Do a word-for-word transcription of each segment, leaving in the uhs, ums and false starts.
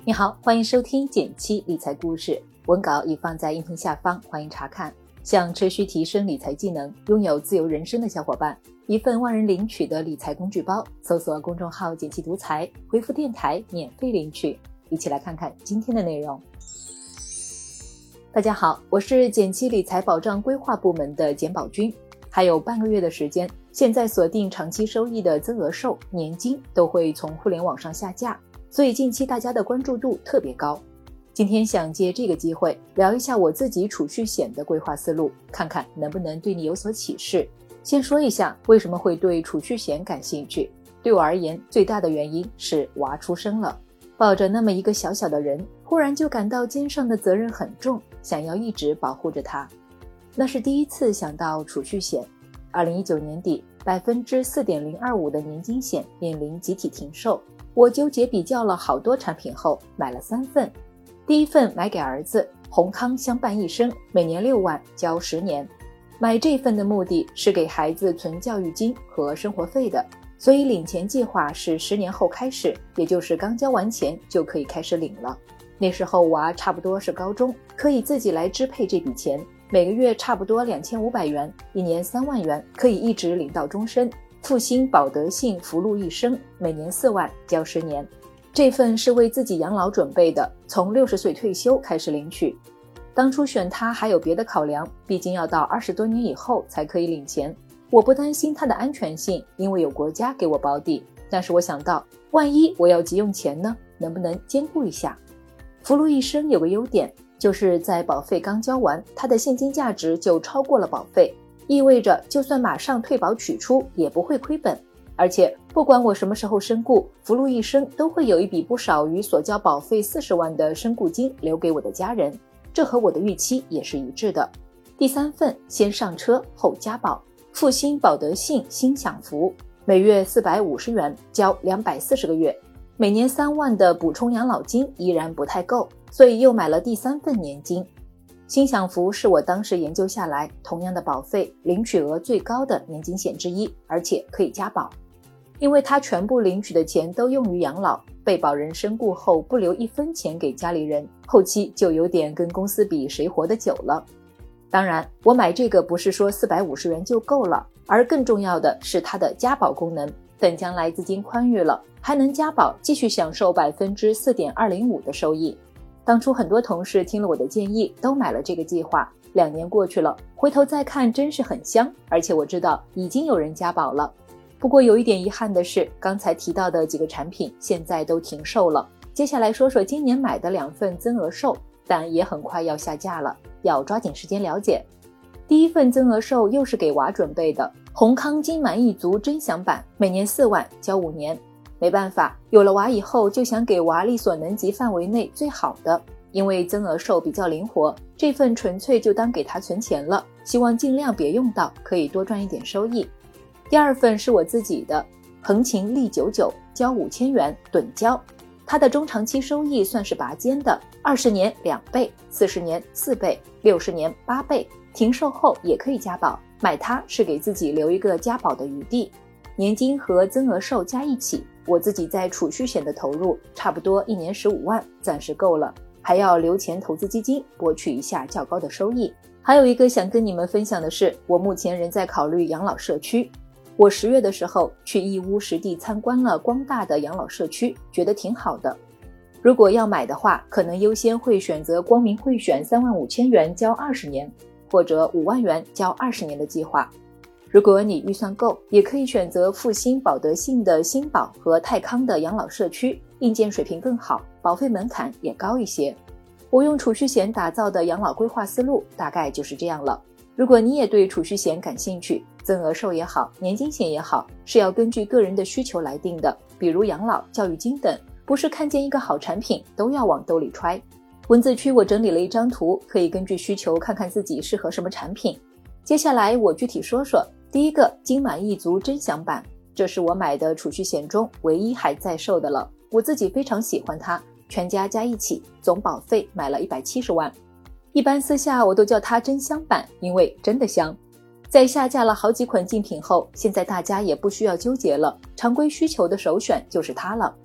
你好，欢迎收听减七理财故事，文稿已放在音频下方，欢迎查看。想持续提升理财技能，拥有自由人生的小伙伴，一份万人领取的理财工具包，搜索公众号减七独裁，回复电台免费领取。一起来看看今天的内容。大家好，我是减七理财保障规划部门的简宝军。还有半个月的时间，现在锁定长期收益的增额寿、年金都会从互联网上下架，所以近期大家的关注度特别高。今天想借这个机会聊一下我自己储蓄险的规划思路，看看能不能对你有所启示。先说一下为什么会对储蓄险感兴趣。对我而言，最大的原因是娃出生了，抱着那么一个小小的人，忽然就感到肩上的责任很重，想要一直保护着他。那是第一次想到储蓄险。二零一九年底 百分之四点零二五 的年金险面临集体停售，我纠结比较了好多产品后买了三份。第一份买给儿子，宏康相伴一生，每年六万，交十年。买这份的目的是给孩子存教育金和生活费的，所以领钱计划是十年后开始，也就是刚交完钱就可以开始领了。那时候娃差不多是高中，可以自己来支配这笔钱，每个月差不多两千五百元，一年三万元，可以一直领到终身。复兴保德信福禄一生，每年四万，交十年。这份是为自己养老准备的，从六十岁退休开始领取。当初选它还有别的考量，毕竟要到二十多年以后才可以领钱。我不担心它的安全性，因为有国家给我保底，但是我想到万一我要急用钱呢，能不能兼顾一下。福禄一生有个优点，就是在保费刚交完，它的现金价值就超过了保费，意味着就算马上退保取出也不会亏本。而且不管我什么时候身故，福禄一生都会有一笔不少于所交保费四十万的身故金留给我的家人，这和我的预期也是一致的。第三份先上车后加保，复兴保德信心享福，每月四百五十元，交两百四十个月，每年三万的补充养老金依然不太够，所以又买了第三份年金。心享福是我当时研究下来同样的保费领取额最高的年金险之一，而且可以加保。因为他全部领取的钱都用于养老，被保人身故后不留一分钱给家里人，后期就有点跟公司比谁活得久了。当然，我买这个不是说四百五十元就够了，而更重要的是它的加保功能，等将来资金宽裕了，还能加保继续享受 百分之四点二零五 的收益。当初很多同事听了我的建议，都买了这个计划，两年过去了，回头再看真是很香，而且我知道已经有人加保了。不过有一点遗憾的是，刚才提到的几个产品现在都停售了。接下来说说今年买的两份增额寿，但也很快要下架了，要抓紧时间了解。第一份增额寿又是给娃准备的，宏康金满一族真享版，每年四万，交五年。没办法，有了娃以后就想给娃力所能及范围内最好的，因为增额寿比较灵活，这份纯粹就当给他存钱了，希望尽量别用到，可以多赚一点收益。第二份是我自己的，恒勤利九九，交五千元，趸交。它的中长期收益算是拔尖的，二十年两倍，四十年四倍，六十年八倍，停售后也可以加保，买它是给自己留一个加保的余地。年金和增额寿加一起，我自己在储蓄险的投入差不多一年十五万，暂时够了，还要留钱投资基金，博取一下较高的收益。还有一个想跟你们分享的是，我目前仍在考虑养老社区。我十月的时候去义乌实地参观了光大的养老社区，觉得挺好的。如果要买的话，可能优先会选择光明汇选三万五千元交二十年，或者五万元交二十年的计划。如果你预算够，也可以选择复兴保德信的新保和泰康的养老社区，硬件水平更好，保费门槛也高一些。我用储蓄险打造的养老规划思路大概就是这样了。如果你也对储蓄险感兴趣，增额寿也好，年金险也好，是要根据个人的需求来定的，比如养老、教育金等，不是看见一个好产品都要往兜里揣。文字区我整理了一张图，可以根据需求看看自己适合什么产品。接下来我具体说说，第一个金满一族真享版，这是我买的储蓄险中唯一还在售的了，我自己非常喜欢它，全家加一起总保费买了一百七十万。一般私下我都叫它真香版，因为真的香。在下架了好几款竞品后，现在大家也不需要纠结了，常规需求的首选就是它了。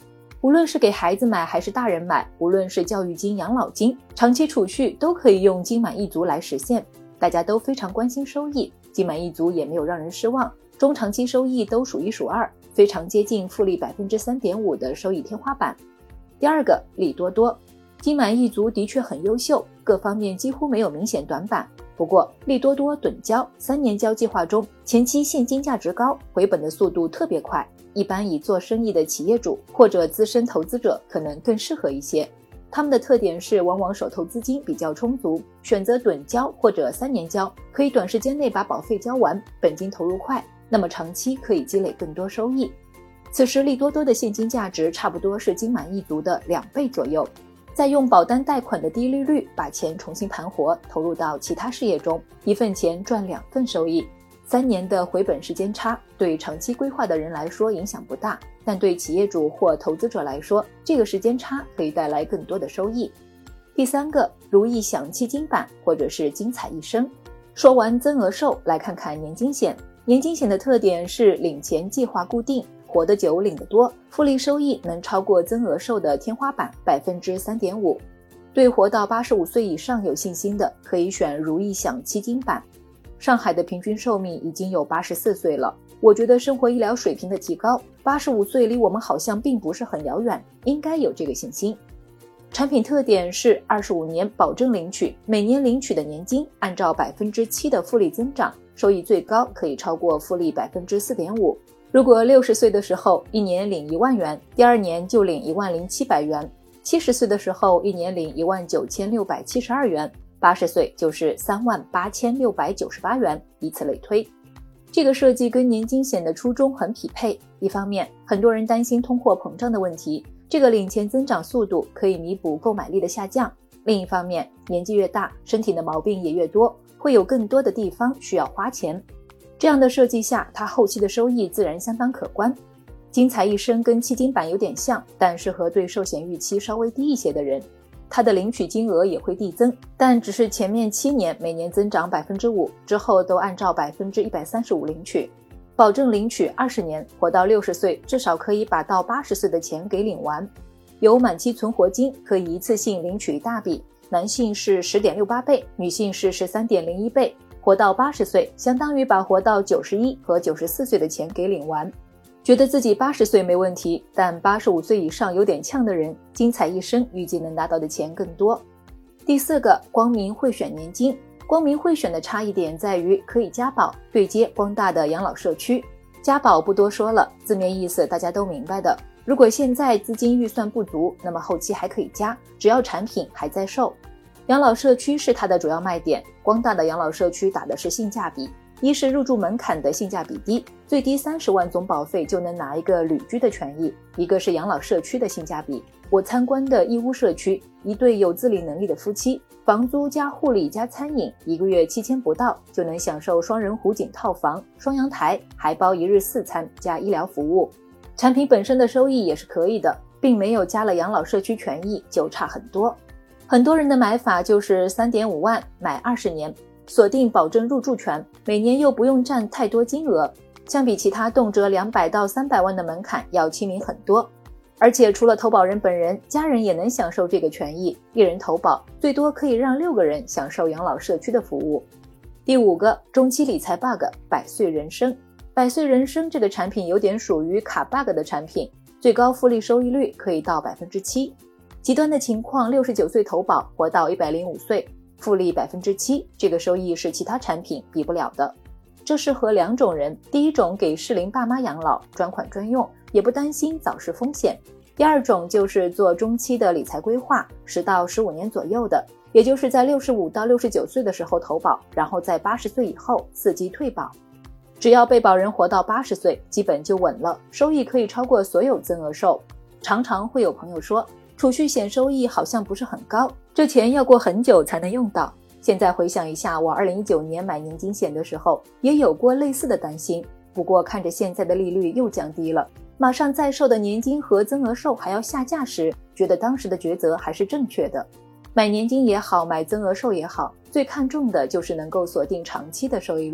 无论是给孩子买还是大人买，无论是教育金、养老金、长期储蓄，都可以用金满一族来实现。大家都非常关心收益，金满一族也没有让人失望，中长期收益都数一数二，非常接近复利 百分之三点五 的收益天花板。第二个，利多多。金满一族的确很优秀，各方面几乎没有明显短板。不过利多多趸交三年交计划中，前期现金价值高，回本的速度特别快，一般以做生意的企业主或者资深投资者可能更适合一些。他们的特点是往往手头资金比较充足，选择趸交或者三年交，可以短时间内把保费交完，本金投入快，那么长期可以积累更多收益。此时利多多的现金价值差不多是金满一族的两倍左右，再用保单贷款的低利率把钱重新盘活，投入到其他事业中，一份钱赚两份收益。三年的回本时间差，对长期规划的人来说影响不大，但对企业主或投资者来说，这个时间差可以带来更多的收益。第三个，如意享期金版或者是精彩一生。说完增额寿，来看看年金险。年金险的特点是领钱计划固定，活得久领得多，复利收益能超过增额寿的天花板 百分之三点五。 对活到八十五岁以上有信心的，可以选如意享期金版。上海的平均寿命已经有八十四岁了，我觉得生活医疗水平的提高，八十五岁离我们好像并不是很遥远，应该有这个信心。产品特点是二十五年保证领取，每年领取的年金按照 百分之七 的复利增长，收益最高可以超过复利 百分之四点五。 如果六十岁的时候一年领一万元，第二年就领一万零七百元，七十岁的时候一年领一万九千六百七十二元，八十岁就是三万八千六百九十八元，以此类推。这个设计跟年金险的初衷很匹配，一方面很多人担心通货膨胀的问题，这个领钱增长速度可以弥补购买力的下降，另一方面年纪越大，身体的毛病也越多，会有更多的地方需要花钱。这样的设计下，它后期的收益自然相当可观。精彩一生跟期金版有点像，但适合对寿险预期稍微低一些的人。它的领取金额也会递增，但只是前面七年每年增长 百分之五， 之后都按照 百分之一百三十五 领取。保证领取二十年，活到六十岁，至少可以把到八十岁的钱给领完。有满期存活金，可以一次性领取一大笔，男性是 十点六八倍，女性是 十三点零一倍。活到八十岁，相当于把活到九十一和九十四岁的钱给领完。觉得自己八十岁没问题，但八十五岁以上有点呛的人，精彩一生预计能拿到的钱更多。第四个，光明会选年金。光明会选的差异点在于可以加保，对接光大的养老社区。加保不多说了，字面意思大家都明白的。如果现在资金预算不足，那么后期还可以加，只要产品还在售。养老社区是它的主要卖点，光大的养老社区打的是性价比。一是入住门槛的性价比低，最低三十万总保费就能拿一个旅居的权益；一个是养老社区的性价比。我参观的义乌社区，一对有自理能力的夫妻，房租加护理加餐饮，一个月七千不到就能享受双人湖景套房、双阳台，还包一日四餐加医疗服务。产品本身的收益也是可以的，并没有加了养老社区权益就差很多。很多人的买法就是 三点五万买二十年，锁定保证入住权，每年又不用占太多金额，相比其他动辄两百到三百万的门槛要亲民很多。而且除了投保人本人，家人也能享受这个权益，一人投保最多可以让六个人享受养老社区的服务。第五个，中期理财 bug， 百岁人生。百岁人生这个产品有点属于卡 bug 的产品，最高复利收益率可以到 百分之七。极端的情况，六十九岁投保，活到一百零五岁，复利 百分之七， 这个收益是其他产品比不了的。这适合两种人，第一种给适龄爸妈养老，专款专用，也不担心早逝风险。第二种就是做中期的理财规划，十到十五年左右的，也就是在六十五到六十九岁的时候投保，然后在八十岁以后伺机退保。只要被保人活到八十岁，基本就稳了，收益可以超过所有增额寿。常常会有朋友说，储蓄险收益好像不是很高，这钱要过很久才能用到。现在回想一下，我二零一九年买年金险的时候也有过类似的担心，不过看着现在的利率又降低了，马上在售的年金和增额寿还要下架时，觉得当时的抉择还是正确的。买年金也好，买增额寿也好，最看重的就是能够锁定长期的收益率。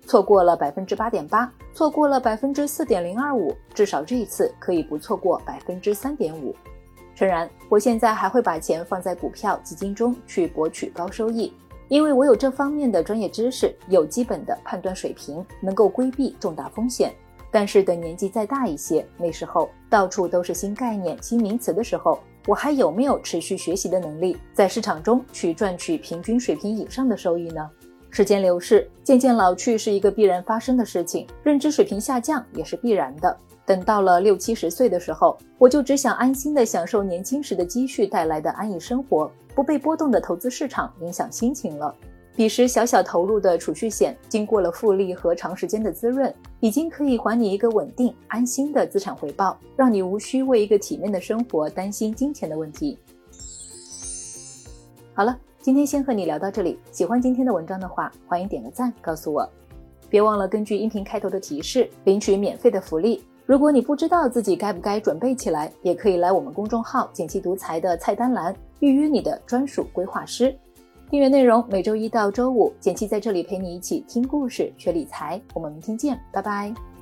错过了 百分之八点八， 错过了 百分之四点零二五， 至少这一次可以不错过 百分之三点五。 诚然，我现在还会把钱放在股票基金中去博取高收益，因为我有这方面的专业知识，有基本的判断水平，能够规避重大风险。但是等年纪再大一些，那时候到处都是新概念、新名词的时候，我还有没有持续学习的能力，在市场中去赚取平均水平以上的收益呢？时间流逝，渐渐老去是一个必然发生的事情，认知水平下降也是必然的。等到了六七十岁的时候，我就只想安心地享受年轻时的积蓄带来的安逸生活，不被波动的投资市场影响心情了。彼时小小投入的储蓄险，经过了复利和长时间的滋润，已经可以还你一个稳定安心的资产回报，让你无需为一个体面的生活担心金钱的问题。好了，今天先和你聊到这里，喜欢今天的文章的话，欢迎点个赞告诉我。别忘了根据音频开头的提示领取免费的福利。如果你不知道自己该不该准备起来，也可以来我们公众号简七独裁的菜单栏预约你的专属规划师。订阅内容每周一到周五，简七在这里陪你一起听故事学理财，我们明天见，拜拜。